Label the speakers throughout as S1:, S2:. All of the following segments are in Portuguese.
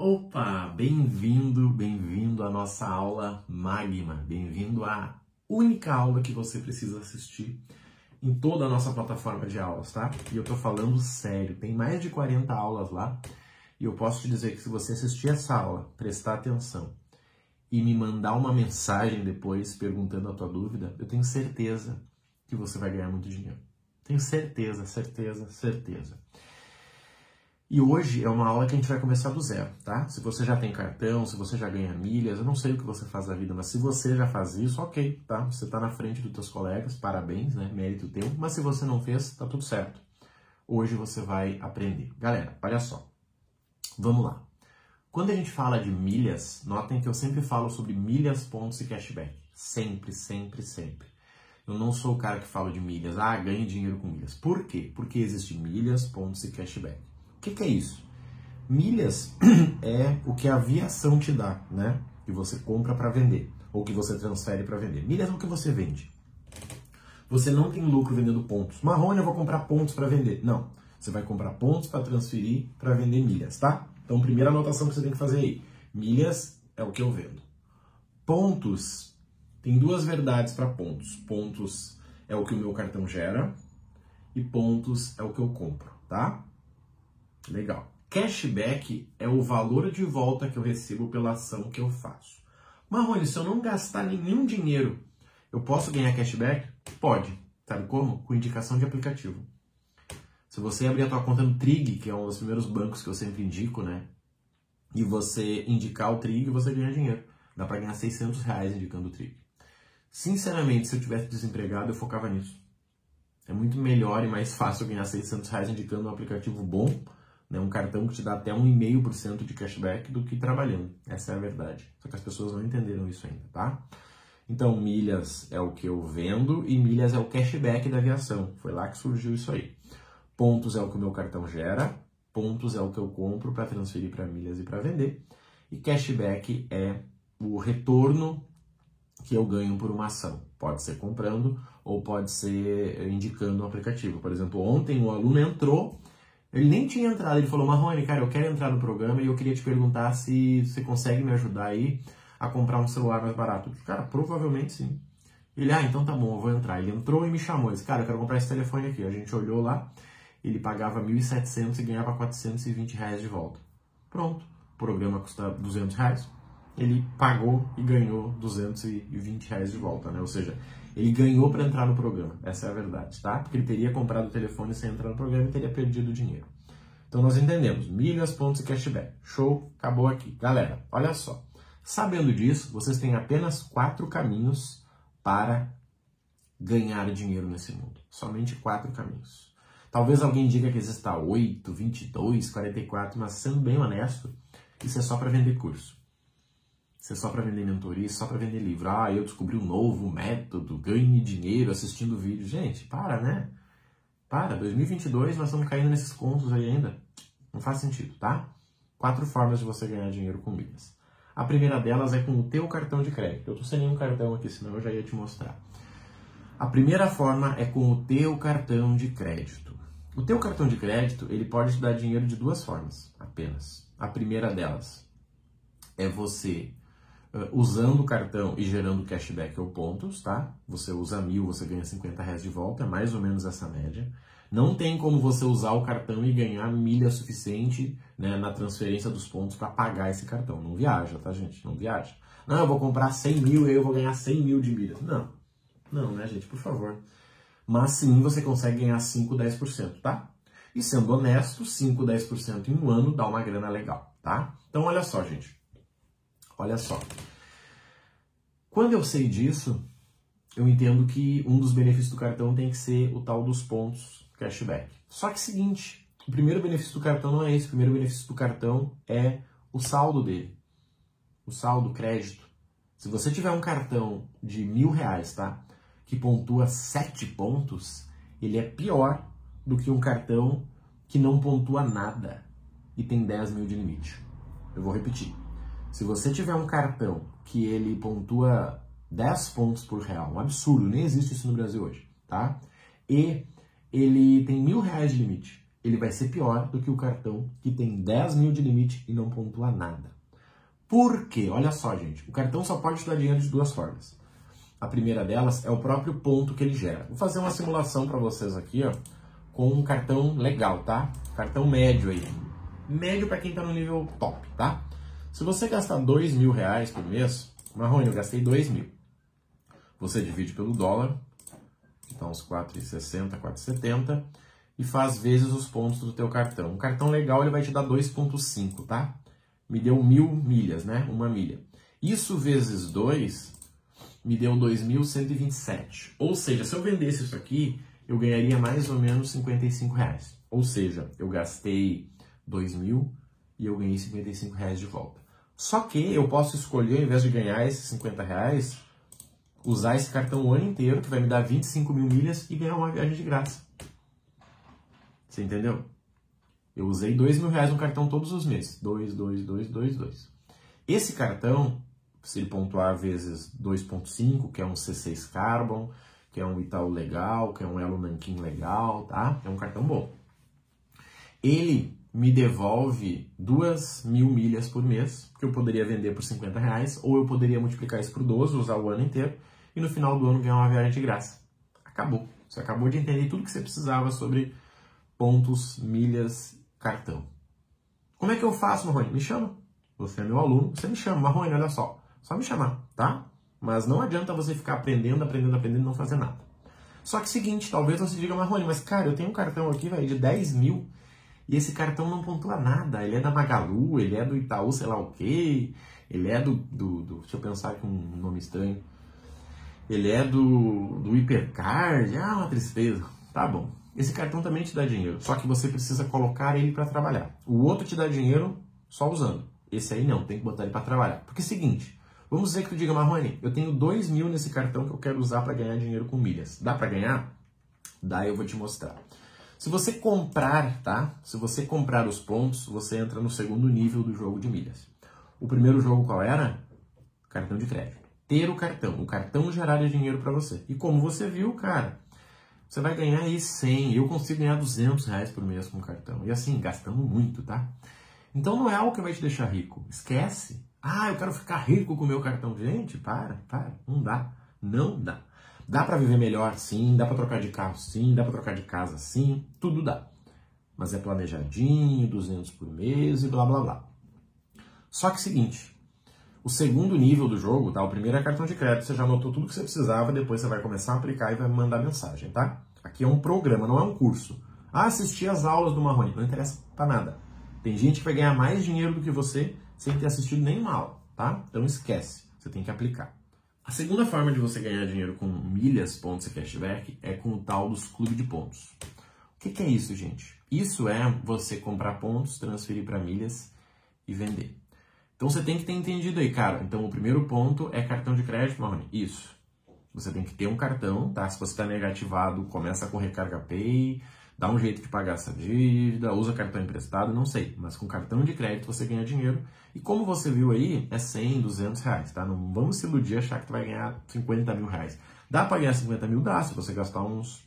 S1: Opa, bem-vindo à nossa aula Magma, bem-vindo à única aula que você precisa assistir em toda a nossa plataforma de aulas, tá? E eu tô falando sério, tem mais de 40 aulas lá e eu posso te dizer que se você assistir essa aula, prestar atenção e me mandar uma mensagem depois perguntando a tua dúvida, eu tenho certeza que você vai ganhar muito dinheiro. Tenho certeza. E hoje é uma aula que a gente vai começar do zero, tá? Se você já tem cartão, se você já ganha milhas, eu não sei o que você faz da vida, mas se você já faz isso, ok, tá? Você tá na frente dos teus colegas, parabéns, né? Mérito teu. Mas se você não fez, tá tudo certo. Hoje você vai aprender. Galera, olha só. Vamos lá. Quando a gente fala de milhas, notem que eu sempre falo sobre milhas, pontos e cashback. Sempre. Eu não sou o cara que fala de milhas. Ah, ganhe dinheiro com milhas. Por quê? Porque existe milhas, pontos e cashback. O que é isso? Milhas é o que a aviação te dá, né? Que você compra para vender, ou que você transfere para vender. Milhas é o que você vende. Você não tem lucro vendendo pontos. Marrone, eu vou comprar pontos para vender. Não. Você vai comprar pontos para transferir para vender milhas, tá? Então, primeira anotação que você tem que fazer aí. Milhas é o que eu vendo. Pontos, tem duas verdades para pontos. Pontos é o que o meu cartão gera e pontos é o que eu compro, tá? Legal. Cashback é o valor de volta que eu recebo pela ação que eu faço. Marrone, se eu não gastar nenhum dinheiro, eu posso ganhar cashback? Pode. Sabe como? Com indicação de aplicativo. Se você abrir a tua conta no Trig, que é um dos primeiros bancos que eu sempre indico, né? E você indicar o Trig, você ganha dinheiro. Dá para ganhar R$600 indicando o Trig. Sinceramente, se eu tivesse desempregado, eu focava nisso. É muito melhor e mais fácil ganhar R$600 indicando um aplicativo bom, né, um cartão que te dá até 1,5% de cashback do que trabalhando. Essa é a verdade. Só que as pessoas não entenderam isso ainda, tá? Então, milhas é o que eu vendo e milhas é o cashback da aviação. Foi lá que surgiu isso aí. Pontos é o que o meu cartão gera, pontos é o que eu compro para transferir para milhas e para vender. E cashback é o retorno que eu ganho por uma ação. Pode ser comprando ou pode ser indicando um aplicativo. Por exemplo, ontem o aluno entrou. Ele nem tinha entrado, ele falou, Marrone, cara, eu quero entrar no programa e eu queria te perguntar se você consegue me ajudar aí a comprar um celular mais barato. Cara, provavelmente sim. Ele, então tá bom, eu vou entrar. Ele entrou e me chamou, ele disse, cara, eu quero comprar esse telefone aqui. A gente olhou lá, ele pagava R$1.700 e ganhava R$420 de volta. Pronto, o programa custa R$200, ele pagou e ganhou R$220 de volta, né? Ou seja, ele ganhou para entrar no programa, essa é a verdade, tá? Porque ele teria comprado o telefone sem entrar no programa e teria perdido o dinheiro. Então nós entendemos, milhas, pontos e cashback. Show, acabou aqui. Galera, olha só. Sabendo disso, vocês têm apenas 4 caminhos para ganhar dinheiro nesse mundo. Somente 4 caminhos. Talvez alguém diga que exista 8, 22, 44, mas sendo bem honesto, isso é só para vender curso. Isso é só para vender mentoria, só para vender livro. Eu descobri um novo método, ganhe dinheiro assistindo vídeo. Gente, para, né? Para, 2022 nós estamos caindo nesses contos aí ainda. Não faz sentido, tá? 4 formas de você ganhar dinheiro com milhas. A primeira delas é com o teu cartão de crédito. Eu tô sem nenhum cartão aqui, senão eu já ia te mostrar. A primeira forma é com o teu cartão de crédito. O teu cartão de crédito, ele pode te dar dinheiro de 2 formas, apenas. A primeira delas é você usando o cartão e gerando cashback ou pontos, tá? Você usa 1.000, você ganha R$50 de volta, é mais ou menos essa média. Não tem como você usar o cartão e ganhar milha suficiente, né, na transferência dos pontos para pagar esse cartão. Não viaja, tá, gente? Não viaja. Não, eu vou comprar 100.000 e eu vou ganhar 100.000 de milhas. Não, né, gente? Por favor. Mas sim, você consegue ganhar 5, 10%, tá? E sendo honesto, 5, 10% em um ano dá uma grana legal, tá? Então, olha só, gente. Olha só. Quando eu sei disso, eu entendo que um dos benefícios do cartão tem que ser o tal dos pontos cashback. Só que seguinte, o primeiro benefício do cartão não é esse. O primeiro benefício do cartão é o saldo dele. O saldo, crédito. Se você tiver um cartão de R$1.000, tá? Que pontua 7 pontos, ele é pior do que um cartão que não pontua nada e tem 10.000 de limite. Eu vou repetir. Se você tiver um cartão que ele pontua 10 pontos por real, um absurdo, nem existe isso no Brasil hoje, tá? E ele tem R$1.000 de limite ele vai ser pior do que o cartão que tem 10 mil de limite e não pontua nada. Por quê? Olha só, gente. O cartão só pode te dar dinheiro de duas formas. A primeira delas é o próprio ponto que ele gera. Vou fazer uma simulação para vocês aqui, ó, com um cartão legal, tá? Cartão médio aí. Médio para quem tá no nível top, tá? Se você gastar R$2.000 por mês, Marrone, eu gastei 2.000. Você divide pelo dólar, que tá uns 4,60, 4,70, e faz vezes os pontos do teu cartão. Um cartão legal ele vai te dar 2,5, tá? Me deu 1.000 milhas, né? 1 milha. Isso vezes 2 me deu 2.127. Ou seja, se eu vendesse isso aqui, eu ganharia mais ou menos R$55. Ou seja, eu gastei 2.000 e eu ganhei R$55 de volta. Só que eu posso escolher, ao invés de ganhar esses R$50, usar esse cartão o ano inteiro, que vai me dar 25.000 milhas e ganhar uma viagem de graça. Você entendeu? Eu usei R$2.000 no cartão todos os meses. 2. Esse cartão, se ele pontuar vezes 2.5, que é um C6 Carbon, que é um Itaú legal, que é um Elo Nanquim legal, tá? É um cartão bom. Ele me devolve 2.000 milhas por mês, que eu poderia vender por R$50, ou eu poderia multiplicar isso por 12, usar o ano inteiro, e no final do ano ganhar uma viagem de graça. Acabou. Você acabou de entender tudo que você precisava sobre pontos, milhas, cartão. Como é que eu faço, Marrone? Me chama. Você é meu aluno, você me chama. Marrone, olha só. Só me chamar, tá? Mas não adianta você ficar aprendendo e não fazer nada. Só que seguinte, talvez você diga, Marrone, mas cara, eu tenho um cartão aqui, velho, de 10.000 e esse cartão não pontua nada. Ele é da Magalu, ele é do Itaú, sei lá o quê. Ele é deixa eu pensar aqui um nome estranho. Ele é do Hipercard. Ah, uma tristeza. Tá bom. Esse cartão também te dá dinheiro, só que você precisa colocar ele para trabalhar. O outro te dá dinheiro só usando. Esse aí não, tem que botar ele para trabalhar. Porque é o seguinte, vamos dizer que tu diga, Marrone, eu tenho 2.000 nesse cartão que eu quero usar para ganhar dinheiro com milhas. Dá para ganhar? Dá, eu vou te mostrar. Se você comprar, tá? Se você comprar os pontos, você entra no segundo nível do jogo de milhas. O primeiro jogo qual era? Cartão de crédito. Ter o cartão gerar dinheiro para você. E como você viu, cara, você vai ganhar aí 100, eu consigo ganhar R$200 por mês com o cartão. E assim, gastamos muito, tá? Então não é algo que vai te deixar rico. Esquece. Ah, eu quero ficar rico com o meu cartão. Gente, para. Não dá. Não dá. Dá para viver melhor, sim. Dá para trocar de carro, sim. Dá para trocar de casa, sim. Tudo dá. Mas é planejadinho, 200 por mês e blá, blá, blá. Só que é o seguinte, o segundo nível do jogo, tá? O primeiro é cartão de crédito. Você já anotou tudo que você precisava, depois você vai começar a aplicar e vai me mandar mensagem, tá? Aqui é um programa, não é um curso. Ah, assisti as aulas do Marrone. Não interessa pra nada. Tem gente que vai ganhar mais dinheiro do que você sem ter assistido nenhuma aula, tá? Então esquece, você tem que aplicar. A segunda forma de você ganhar dinheiro com milhas, pontos e cashback é com o tal dos clubes de pontos. O que é isso, gente? Isso é você comprar pontos, transferir para milhas e vender. Então você tem que ter entendido aí, cara. Então o primeiro ponto é cartão de crédito, Marrone. Isso. Você tem que ter um cartão, tá? Se você está negativado, começa com Recarga Pay, dá um jeito de pagar essa dívida, usa cartão emprestado, não sei. Mas com cartão de crédito você ganha dinheiro. E como você viu aí, é 100, 200 reais, tá? Não vamos se iludir achar que tu vai ganhar 50 mil reais. Dá para ganhar 50 mil? Dá, se você gastar uns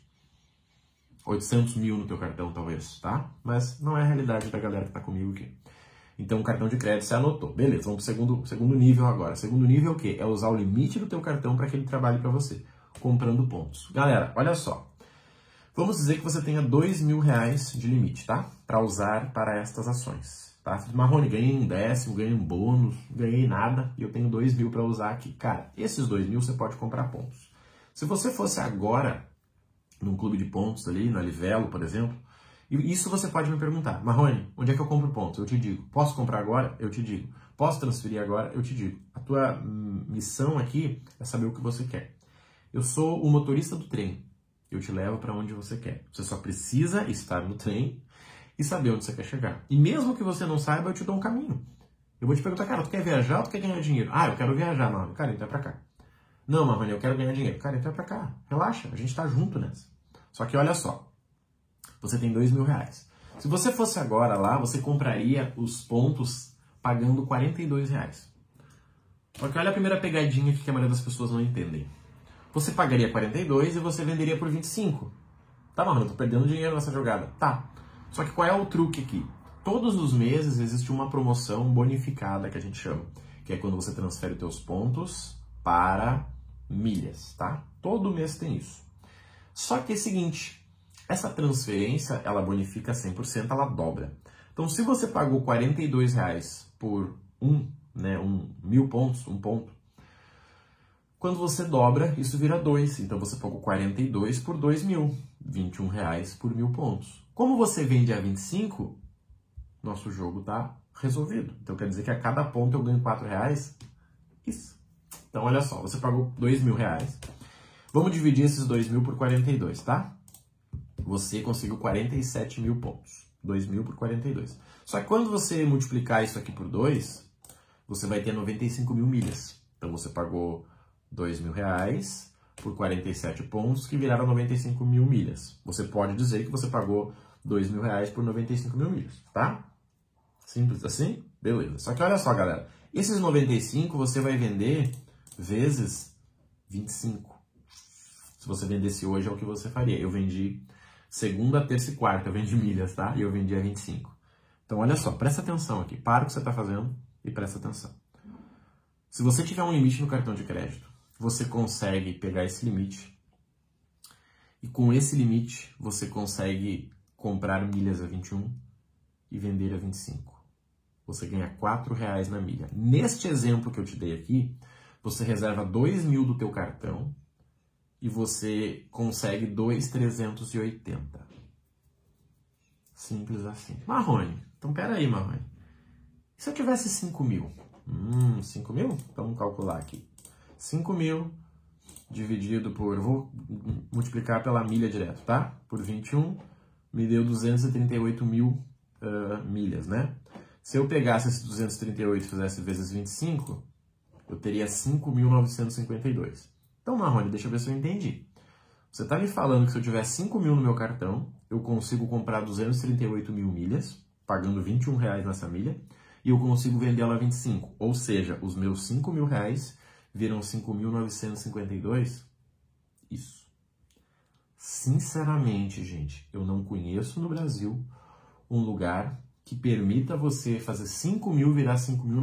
S1: 800 mil no teu cartão, talvez, tá? Mas não é a realidade da galera que tá comigo aqui. Então, o cartão de crédito você anotou. Beleza, vamos pro segundo nível agora. Segundo nível é o quê? É usar o limite do teu cartão para que ele trabalhe para você, comprando pontos. Galera, olha só. Vamos dizer que você tenha 2.000 reais de limite, tá? Para usar para estas ações, tá? Marrone, ganhei um décimo, ganhei um bônus, ganhei nada e eu tenho 2.000 para usar aqui. Cara, esses 2.000 você pode comprar pontos. Se você fosse agora num clube de pontos ali, na Livelo, por exemplo, e isso você pode me perguntar, Marrone, onde é que eu compro pontos? Eu te digo. Posso comprar agora? Eu te digo. Posso transferir agora? Eu te digo. A tua missão aqui é saber o que você quer. Eu sou o motorista do trem. Eu te levo para onde você quer. Você só precisa estar no trem e saber onde você quer chegar. E mesmo que você não saiba, eu te dou um caminho. Eu vou te perguntar, cara, tu quer viajar ou tu quer ganhar dinheiro? Ah, eu quero viajar, Marrone. Cara, então é pra cá. Não, Marrone, eu quero ganhar dinheiro. Cara, então é pra cá. Relaxa, a gente tá junto nessa. Só que olha só. Você tem 2.000 reais. Se você fosse agora lá, você compraria os pontos pagando 42 reais. Só que olha a primeira pegadinha que a maioria das pessoas não entendem. Você pagaria 42 e você venderia por 25. Tá, Marrone, eu tô perdendo dinheiro nessa jogada. Tá. Só que qual é o truque aqui? Todos os meses existe uma promoção bonificada que a gente chama, que é quando você transfere os teus pontos para milhas, tá? Todo mês tem isso. Só que é o seguinte, essa transferência, ela bonifica 100%, ela dobra. Então, se você pagou R$42 por 1.000 pontos, um ponto, quando você dobra, isso vira 2. Então, você pagou 42 por 2.000, R$21 por 1.000 pontos. Como você vende a 25, nosso jogo está resolvido. Então, quer dizer que a cada ponto eu ganho R$4? Isso. Então, olha só, você pagou R$2.000. Vamos dividir esses 2.000 por 42, tá? Você conseguiu 47.000 pontos. 2.000 por 42. Só que quando você multiplicar isso aqui por 2, você vai ter 95.000 milhas. Então, você pagou R$2.000 por 47 pontos, que viraram 95.000 milhas. Você pode dizer que você pagou R$2.000 por 95.000 milhas, tá? Simples assim? Beleza. Só que olha só, galera. Esses 95 você vai vender vezes 25. Se você vendesse hoje, é o que você faria. Eu vendi segunda, terça e quarta. Eu vendi milhas, tá? E eu vendi a 25. Então, olha só. Presta atenção aqui. Para o que você está fazendo e presta atenção. Se você tiver um limite no cartão de crédito, você consegue pegar esse limite e com esse limite você consegue comprar milhas a 21 e vender a 25. Você ganha R$4 na milha. Neste exemplo que eu te dei aqui, você reserva 2.000 do teu cartão e você consegue 2.380. Simples assim. Marrone, então peraí, Marrone. E se eu tivesse 5.000? 5.000? Vamos calcular aqui. 5.000 dividido por... Vou multiplicar pela milha direto, tá? Por 21, me deu 238.000 milhas, né? Se eu pegasse esse 238 e fizesse vezes 25, eu teria 5.952. Então, Marrone, deixa eu ver se eu entendi. Você está me falando que se eu tiver 5.000 no meu cartão, eu consigo comprar 238.000 milhas, pagando R$21 nessa milha, e eu consigo vendê-la a 25. Ou seja, os meus R$5.000 viram 5.952? Isso. Sinceramente, gente, eu não conheço no Brasil um lugar que permita você fazer 5.000 virar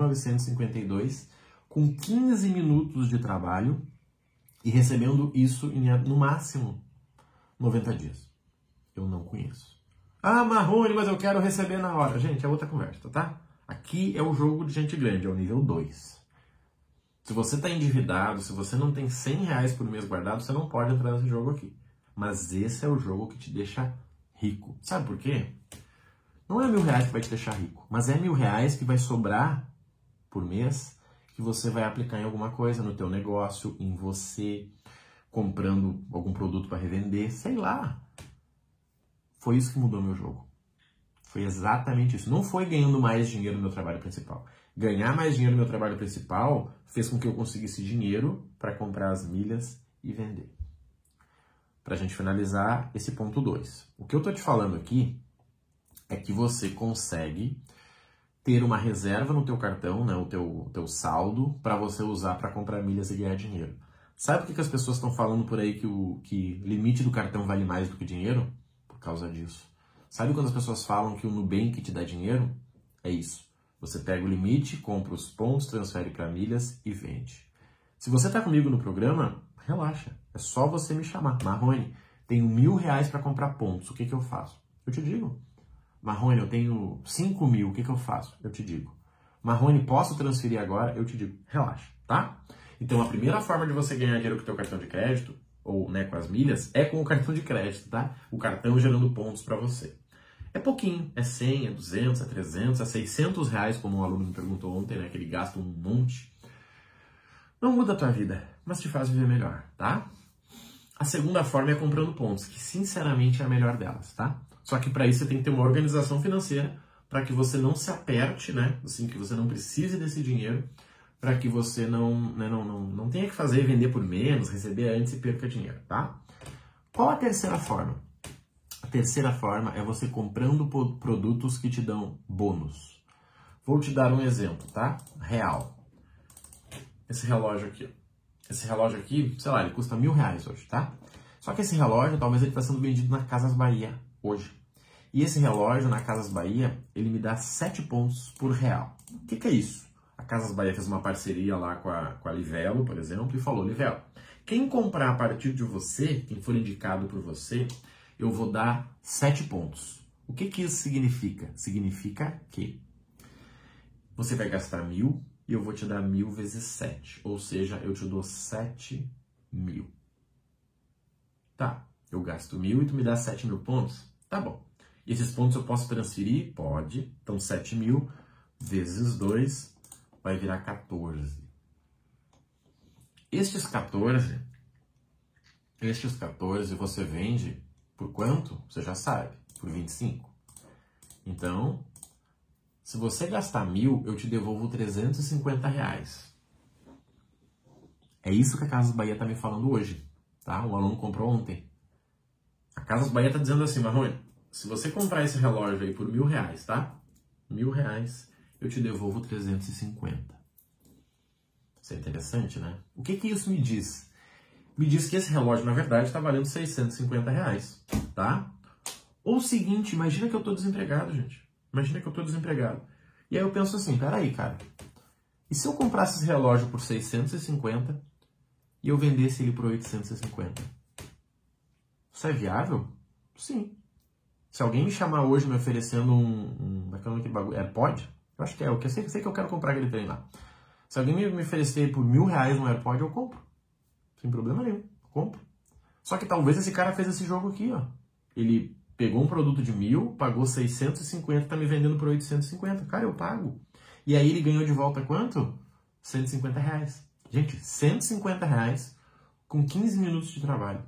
S1: 5.952 com 15 minutos de trabalho e recebendo isso em, no máximo, 90 dias. Eu não conheço. Ah, Marrone, mas eu quero receber na hora. Gente, é outra conversa, tá? Aqui é o jogo de gente grande, é o nível 2. Se você está endividado, se você não tem R$100 por mês guardado, você não pode entrar nesse jogo aqui. Mas esse é o jogo que te deixa rico. Sabe por quê? Não é R$1.000 que vai te deixar rico, mas é R$1.000 que vai sobrar por mês que você vai aplicar em alguma coisa, no teu negócio, em você, comprando algum produto para revender, sei lá. Foi isso que mudou meu jogo. Foi exatamente isso. Não foi ganhando mais dinheiro no meu trabalho principal. Ganhar mais dinheiro no meu trabalho principal fez com que eu conseguisse dinheiro para comprar as milhas e vender. Para a gente finalizar esse ponto 2. O que eu estou te falando aqui é que você consegue ter uma reserva no teu cartão, né, o teu saldo, para você usar para comprar milhas e ganhar dinheiro. Sabe por que as pessoas estão falando por aí que limite do cartão vale mais do que dinheiro? Por causa disso. Sabe quando as pessoas falam que o Nubank te dá dinheiro? É isso. Você pega o limite, compra os pontos, transfere para milhas e vende. Se você está comigo no programa, relaxa. É só você me chamar. Marrone, tenho R$1.000 para comprar pontos. O que eu faço? Eu te digo. Marrone, eu tenho 5.000, o que eu faço? Eu te digo. Marrone, posso transferir agora? Eu te digo. Relaxa, tá? Então, a primeira forma de você ganhar dinheiro com o teu cartão de crédito, ou né, com as milhas, é com o cartão de crédito, tá? O cartão gerando pontos para você. É pouquinho, é 100, é 200, é 300, é R$600, como um aluno me perguntou ontem, né? Que ele gasta um monte. Não muda a tua vida, mas te faz viver melhor, tá? A segunda forma é comprando pontos, que sinceramente é a melhor delas, tá? Só que para isso você tem que ter uma organização financeira para que você não se aperte, né? Assim, que você não precise desse dinheiro, para que você não tenha que fazer vender por menos, receber antes e perca dinheiro, tá? Qual a terceira forma? A terceira forma é você comprando produtos que te dão bônus. Vou te dar um exemplo, tá? Real. Esse relógio aqui, ó. Esse relógio aqui, sei lá, ele custa R$1.000 hoje, tá? Só que esse relógio, talvez ele está sendo vendido na Casas Bahia hoje. E esse relógio na Casas Bahia, ele me dá 7 pontos por real. O que é isso? A Casas Bahia fez uma parceria lá com a Livelo, por exemplo, e falou, Livelo, quem comprar a partir de você, quem for indicado por você, eu vou dar 7 pontos. O que isso significa? Significa que você vai gastar 1.000 e eu vou te dar 1.000 vezes 7. Ou seja, eu te dou 7.000. Tá, eu gasto 1.000 e tu me dá 7.000 pontos? Tá bom. E esses pontos eu posso transferir? Pode. Então 7.000 vezes 2 vai virar 14. Estes 14 você vende por quanto? Você já sabe, por 25. Então, se você gastar 1.000, eu te devolvo 350 reais. É isso que a Casas Bahia está me falando hoje, tá? O aluno comprou ontem. A Casas Bahia está dizendo assim, Marrone, se você comprar esse relógio aí por 1.000 reais, tá? 1.000 reais, eu te devolvo 350. Isso é interessante, né? O que isso me diz? Me diz que esse relógio, na verdade, está valendo 650 reais, tá? Ou o seguinte, imagina que eu estou desempregado, gente. Imagina que eu estou desempregado. E aí eu penso assim, peraí, cara. E se eu comprasse esse relógio por 650 e eu vendesse ele por 850? Isso é viável? Sim. Se alguém me chamar hoje me oferecendo aquele bagulho, AirPod, eu acho que é, eu sei que eu quero comprar aquele trem lá. Se alguém me oferecer por 1.000 reais um AirPod, eu compro. Sem problema nenhum, compro. Só que talvez esse cara fez esse jogo aqui, ó. Ele pegou um produto de 1.000, pagou 650, tá me vendendo por 850. Cara, eu pago. E aí ele ganhou de volta quanto? 150 reais. Gente, 150 reais com 15 minutos de trabalho.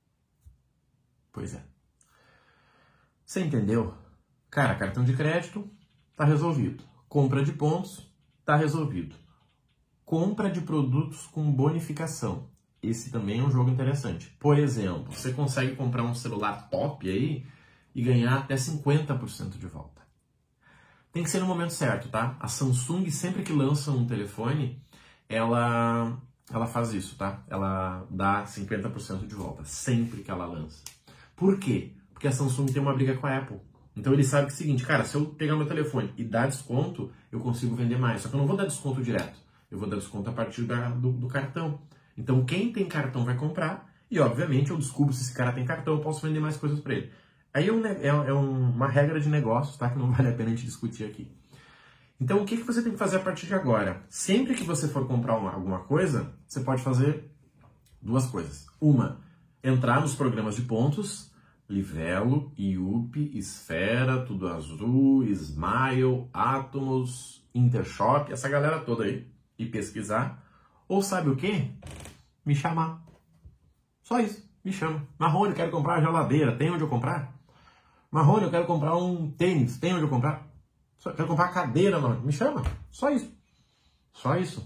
S1: Pois é. Você entendeu? Cara, cartão de crédito, tá resolvido. Compra de pontos, tá resolvido. Compra de produtos com bonificação. Esse também é um jogo interessante. Por exemplo, você consegue comprar um celular top aí e ganhar até 50% de volta. Tem que ser no momento certo, tá? A Samsung, sempre que lança um telefone, ela faz isso, tá? Ela dá 50% de volta, sempre que ela lança. Por quê? Porque a Samsung tem uma briga com a Apple. Então ele sabe que é o seguinte, cara, se eu pegar meu telefone e dar desconto, eu consigo vender mais. Só que eu não vou dar desconto direto. Eu vou dar desconto a partir do cartão. Então quem tem cartão vai comprar e, obviamente, eu descubro se esse cara tem cartão, eu posso vender mais coisas para ele. Aí é uma regra de negócios, tá? Que não vale a pena a gente discutir aqui. Então o que você tem que fazer a partir de agora? Sempre que você for comprar alguma coisa, você pode fazer duas coisas. Uma, entrar nos programas de pontos, Livelo, IUP, Esfera, Tudo Azul, Smile, Atomos, Intershop, essa galera toda aí, e pesquisar. Ou sabe o quê? Me chamar. Só isso, me chama. Marrone, eu quero comprar uma geladeira, tem onde eu comprar? Marrone, eu quero comprar um tênis, tem onde eu comprar? Eu quero comprar cadeira, Marrone, me chama. Só isso. Só isso.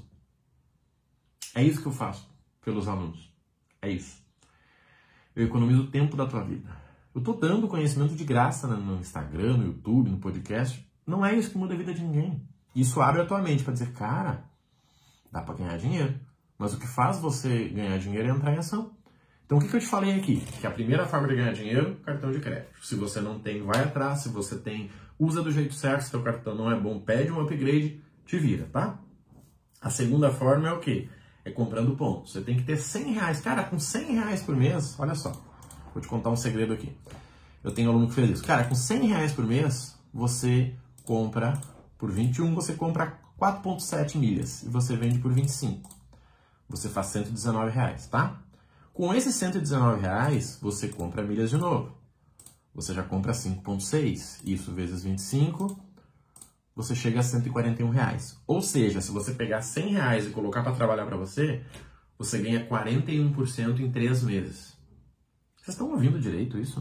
S1: É isso que eu faço pelos alunos. É isso. Eu economizo o tempo da tua vida. Eu tô dando conhecimento de graça no Instagram, no YouTube, no podcast. Não é isso que muda a vida de ninguém. Isso abre a tua mente para dizer, cara, dá para ganhar dinheiro. Mas o que faz você ganhar dinheiro é entrar em ação. Então o que eu te falei aqui? Que a primeira forma de ganhar dinheiro, cartão de crédito. Se você não tem, vai atrás. Se você tem, usa do jeito certo. Se teu cartão não é bom, pede um upgrade, te vira, tá? A segunda forma é o quê? É comprando pontos. Você tem que ter 100 reais. Cara, com 100 reais por mês, olha só. Vou te contar um segredo aqui. Eu tenho um aluno que fez isso. Cara, com 100 reais por mês, você compra, por 21, você compra 4,7 milhas. E você vende por 25. Você faz 119 reais, tá? Com esses 119 reais, você compra milhas de novo. Você já compra 5,6. Isso vezes 25, você chega a 141 reais. Ou seja, se você pegar 100 reais e colocar para trabalhar para você, você ganha 41% em 3 meses. Vocês estão ouvindo direito isso?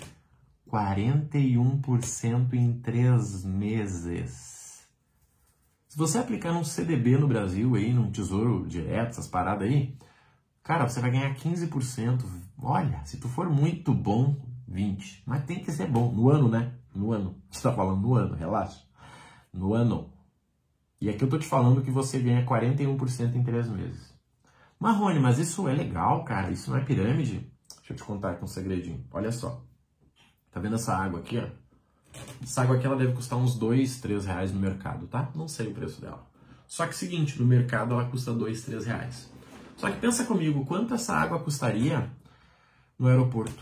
S1: 41% em 3 meses. Se você aplicar num CDB no Brasil, aí, num Tesouro Direto, essas paradas aí, cara, você vai ganhar 15%. Olha, se tu for muito bom, 20%. Mas tem que ser bom. No ano, né? No ano. Você tá falando no ano, relaxa. No ano. E aqui eu tô te falando que você ganha 41% em 3 meses. Marrone, mas isso é legal, cara? Isso não é pirâmide? Deixa eu te contar aqui um segredinho. Olha só. Tá vendo essa água aqui, ó? Essa água aqui ela deve custar uns 2, 3 reais no mercado, tá? Não sei o preço dela. Só que é o seguinte, no mercado ela custa 2, 3 reais. Só que pensa comigo, quanto essa água custaria no aeroporto?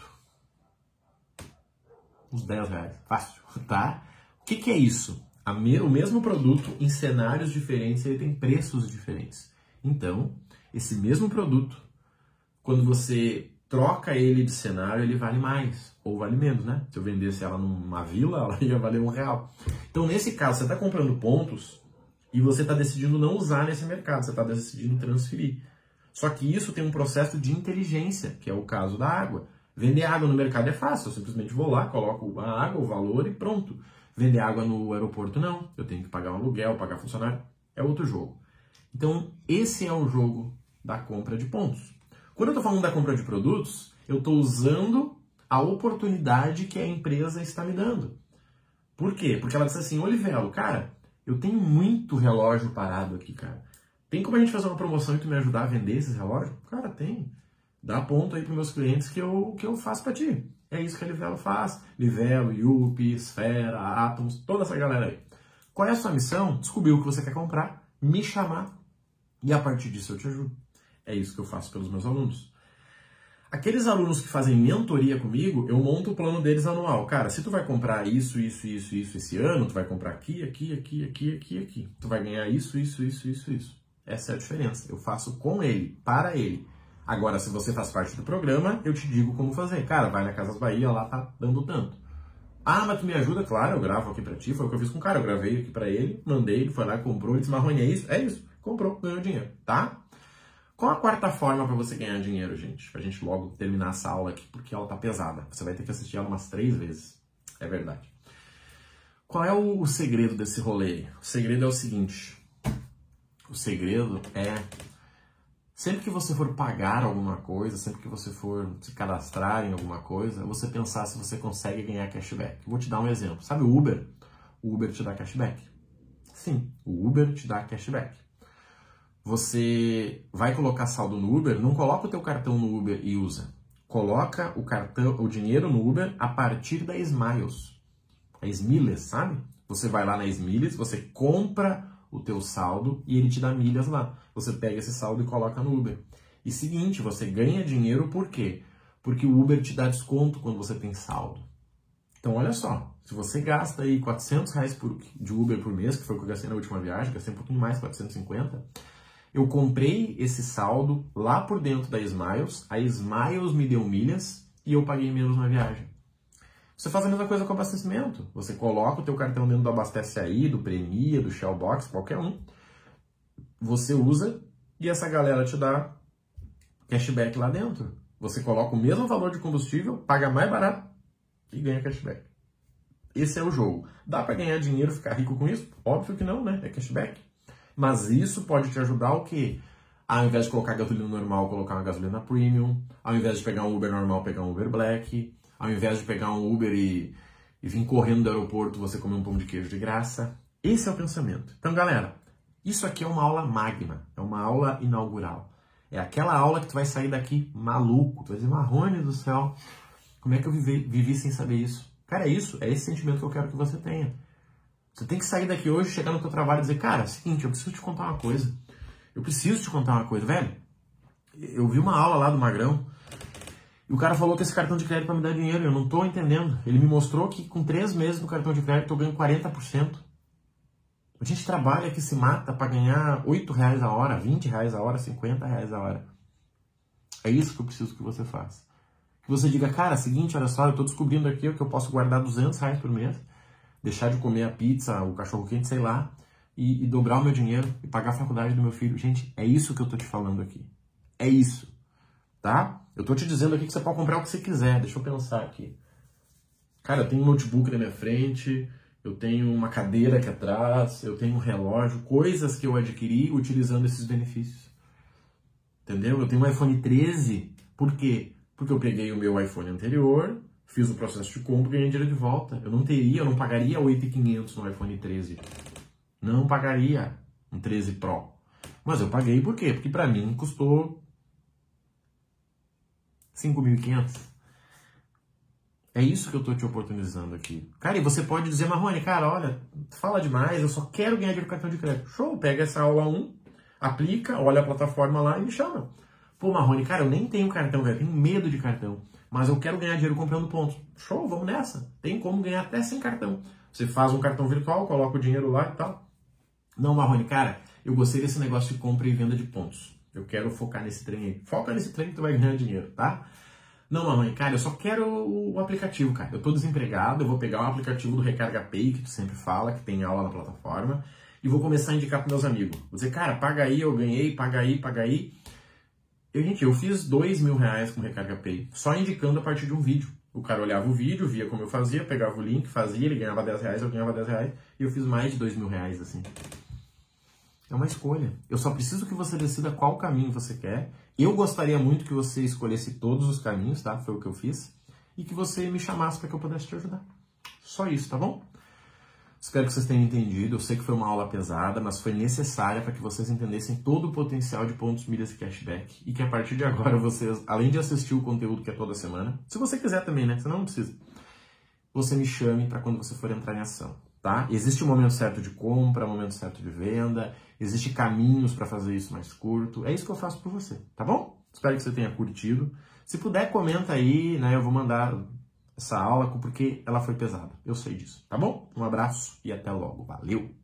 S1: Uns 10 reais, fácil, tá? O que é isso? O mesmo produto em cenários diferentes, ele tem preços diferentes. Então, esse mesmo produto, quando você troca ele de cenário, ele vale mais, ou vale menos, né? Se eu vendesse ela numa vila, ela ia valer R$1. Então, nesse caso, você está comprando pontos e você está decidindo não usar nesse mercado, você está decidindo transferir. Só que isso tem um processo de inteligência, que é o caso da água. Vender água no mercado é fácil, eu simplesmente vou lá, coloco a água, o valor e pronto. Vender água no aeroporto não, eu tenho que pagar um aluguel, pagar funcionário, é outro jogo. Então, esse é o jogo da compra de pontos. Quando eu estou falando da compra de produtos, eu estou usando a oportunidade que a empresa está me dando. Por quê? Porque ela disse assim, Olivelo, cara, eu tenho muito relógio parado aqui, cara. Tem como a gente fazer uma promoção e tu me ajudar a vender esses relógios? Cara, tem. Dá ponto aí para meus clientes que eu faço para ti. É isso que a Livelo faz. Livelo, Yupi, Esfera, Atoms, toda essa galera aí. Qual é a sua missão? Descobrir o que você quer comprar, me chamar e a partir disso eu te ajudo. É isso que eu faço pelos meus alunos. Aqueles alunos que fazem mentoria comigo, eu monto o plano deles anual. Cara, se tu vai comprar isso esse ano, tu vai comprar aqui. Tu vai ganhar isso. Essa é a diferença. Eu faço com ele, para ele. Agora, se você faz parte do programa, eu te digo como fazer. Cara, vai na Casas Bahia, lá tá dando tanto. Ah, mas tu me ajuda? Claro, eu gravo aqui pra ti. Foi o que eu fiz com o cara. Eu gravei aqui pra ele, mandei, ele foi lá, comprou, ele disse, Marrone, é isso? É isso. Comprou, ganhou dinheiro, tá? Qual a quarta forma para você ganhar dinheiro, gente? Pra gente logo terminar essa aula aqui, porque ela tá pesada. Você vai ter que assistir ela umas 3 vezes. É verdade. Qual é o segredo desse rolê? O segredo é o seguinte. O segredo é... Sempre que você for pagar alguma coisa, sempre que você for se cadastrar em alguma coisa, você pensar se você consegue ganhar cashback. Vou te dar um exemplo. Sabe o Uber? O Uber te dá cashback. Sim, o Uber te dá cashback. Você vai colocar saldo no Uber, não coloca o teu cartão no Uber e usa. Coloca o dinheiro no Uber a partir da Smiles. A Smiles, sabe? Você vai lá na Smiles, você compra o teu saldo e ele te dá milhas lá. Você pega esse saldo e coloca no Uber. E seguinte, você ganha dinheiro por quê? Porque o Uber te dá desconto quando você tem saldo. Então olha só, se você gasta aí R$400 de Uber por mês, que foi o que eu gastei na última viagem, gastei um pouquinho mais, 450, eu comprei esse saldo lá por dentro da Smiles, a Smiles me deu milhas e eu paguei menos na viagem. Você faz a mesma coisa com abastecimento. Você coloca o teu cartão dentro do Abastece Aí, do Premia, do Shellbox, qualquer um. Você usa e essa galera te dá cashback lá dentro. Você coloca o mesmo valor de combustível, paga mais barato e ganha cashback. Esse é o jogo. Dá para ganhar dinheiro, ficar rico com isso? Óbvio que não, né? É cashback. Mas isso pode te ajudar o quê? Ao invés de colocar gasolina normal, colocar uma gasolina premium. Ao invés de pegar um Uber normal, pegar um Uber Black. Ao invés de pegar um Uber e vir correndo do aeroporto, você comer um pão de queijo de graça. Esse é o pensamento. Então, galera, isso aqui é uma aula magna. É uma aula inaugural. É aquela aula que tu vai sair daqui maluco. Tu vai dizer, Marrone do céu, como é que eu vivi sem saber isso? Cara, é isso. É esse sentimento que eu quero que você tenha. Você tem que sair daqui hoje, chegar no teu trabalho e dizer, cara, é o seguinte, eu preciso te contar uma coisa. Velho. Eu vi uma aula lá do Magrão e o cara falou que esse cartão de crédito para me dar dinheiro. Eu não tô entendendo. Ele me mostrou que com 3 meses no cartão de crédito eu ganho 40%. A gente trabalha que se mata para ganhar R$8 a hora, R$20 a hora, R$50 a hora. É isso que eu preciso que você faça. Que você diga, cara, seguinte, olha só, eu tô descobrindo aqui que eu posso guardar R$200 por mês, deixar de comer a pizza, o cachorro-quente, sei lá, e dobrar o meu dinheiro e pagar a faculdade do meu filho. Gente, é isso que eu tô te falando aqui. É isso. Tá? Eu tô te dizendo aqui que você pode comprar o que você quiser. Deixa eu pensar aqui. Cara, eu tenho um notebook na minha frente, eu tenho uma cadeira aqui atrás, eu tenho um relógio, coisas que eu adquiri utilizando esses benefícios. Entendeu? Eu tenho um iPhone 13. Por quê? Porque eu peguei o meu iPhone anterior, fiz o processo de compra e ganhei dinheiro de volta. Eu não pagaria 8.500 no iPhone 13. Não pagaria um 13 Pro. Mas eu paguei por quê? Porque pra mim custou 5.500. É isso que eu tô te oportunizando aqui. Cara, e você pode dizer, Marrone, cara, olha, fala demais, eu só quero ganhar dinheiro com cartão de crédito. Show, pega essa aula 1, aplica, olha a plataforma lá e me chama. Pô, Marrone, cara, eu nem tenho cartão, velho, tenho medo de cartão, mas eu quero ganhar dinheiro comprando pontos. Show, vamos nessa. Tem como ganhar até sem cartão. Você faz um cartão virtual, coloca o dinheiro lá e tal. Não, Marrone, cara, eu gostei desse negócio de compra e venda de pontos. Eu quero focar nesse trem aí. Foca nesse trem que tu vai ganhar dinheiro, tá? Não, mamãe, cara, eu só quero o aplicativo, cara. Eu tô desempregado, eu vou pegar o aplicativo do Recarga Pay, que tu sempre fala, que tem aula na plataforma, e vou começar a indicar pros meus amigos. Vou dizer, cara, paga aí, eu ganhei, paga aí, paga aí. Gente, eu fiz R$2.000 com o Recarga Pay, só indicando a partir de um vídeo. O cara olhava o vídeo, via como eu fazia, pegava o link, fazia, ele ganhava R$10, eu ganhava R$10, e eu fiz mais de R$2.000, assim. É uma escolha. Eu só preciso que você decida qual caminho você quer. Eu gostaria muito que você escolhesse todos os caminhos, tá? Foi o que eu fiz. E que você me chamasse para que eu pudesse te ajudar. Só isso, tá bom? Espero que vocês tenham entendido. Eu sei que foi uma aula pesada, mas foi necessária para que vocês entendessem todo o potencial de pontos, milhas e cashback. E que a partir de agora vocês, além de assistir o conteúdo que é toda semana, se você quiser também, né? Senão não precisa. Você me chame para quando você for entrar em ação. Tá? Existe um momento certo de compra, um momento certo de venda, existe caminhos para fazer isso mais curto. É isso que eu faço por você, tá bom? Espero que você tenha curtido. Se puder, comenta aí, né? Eu vou mandar essa aula porque ela foi pesada. Eu sei disso, tá bom? Um abraço e até logo. Valeu!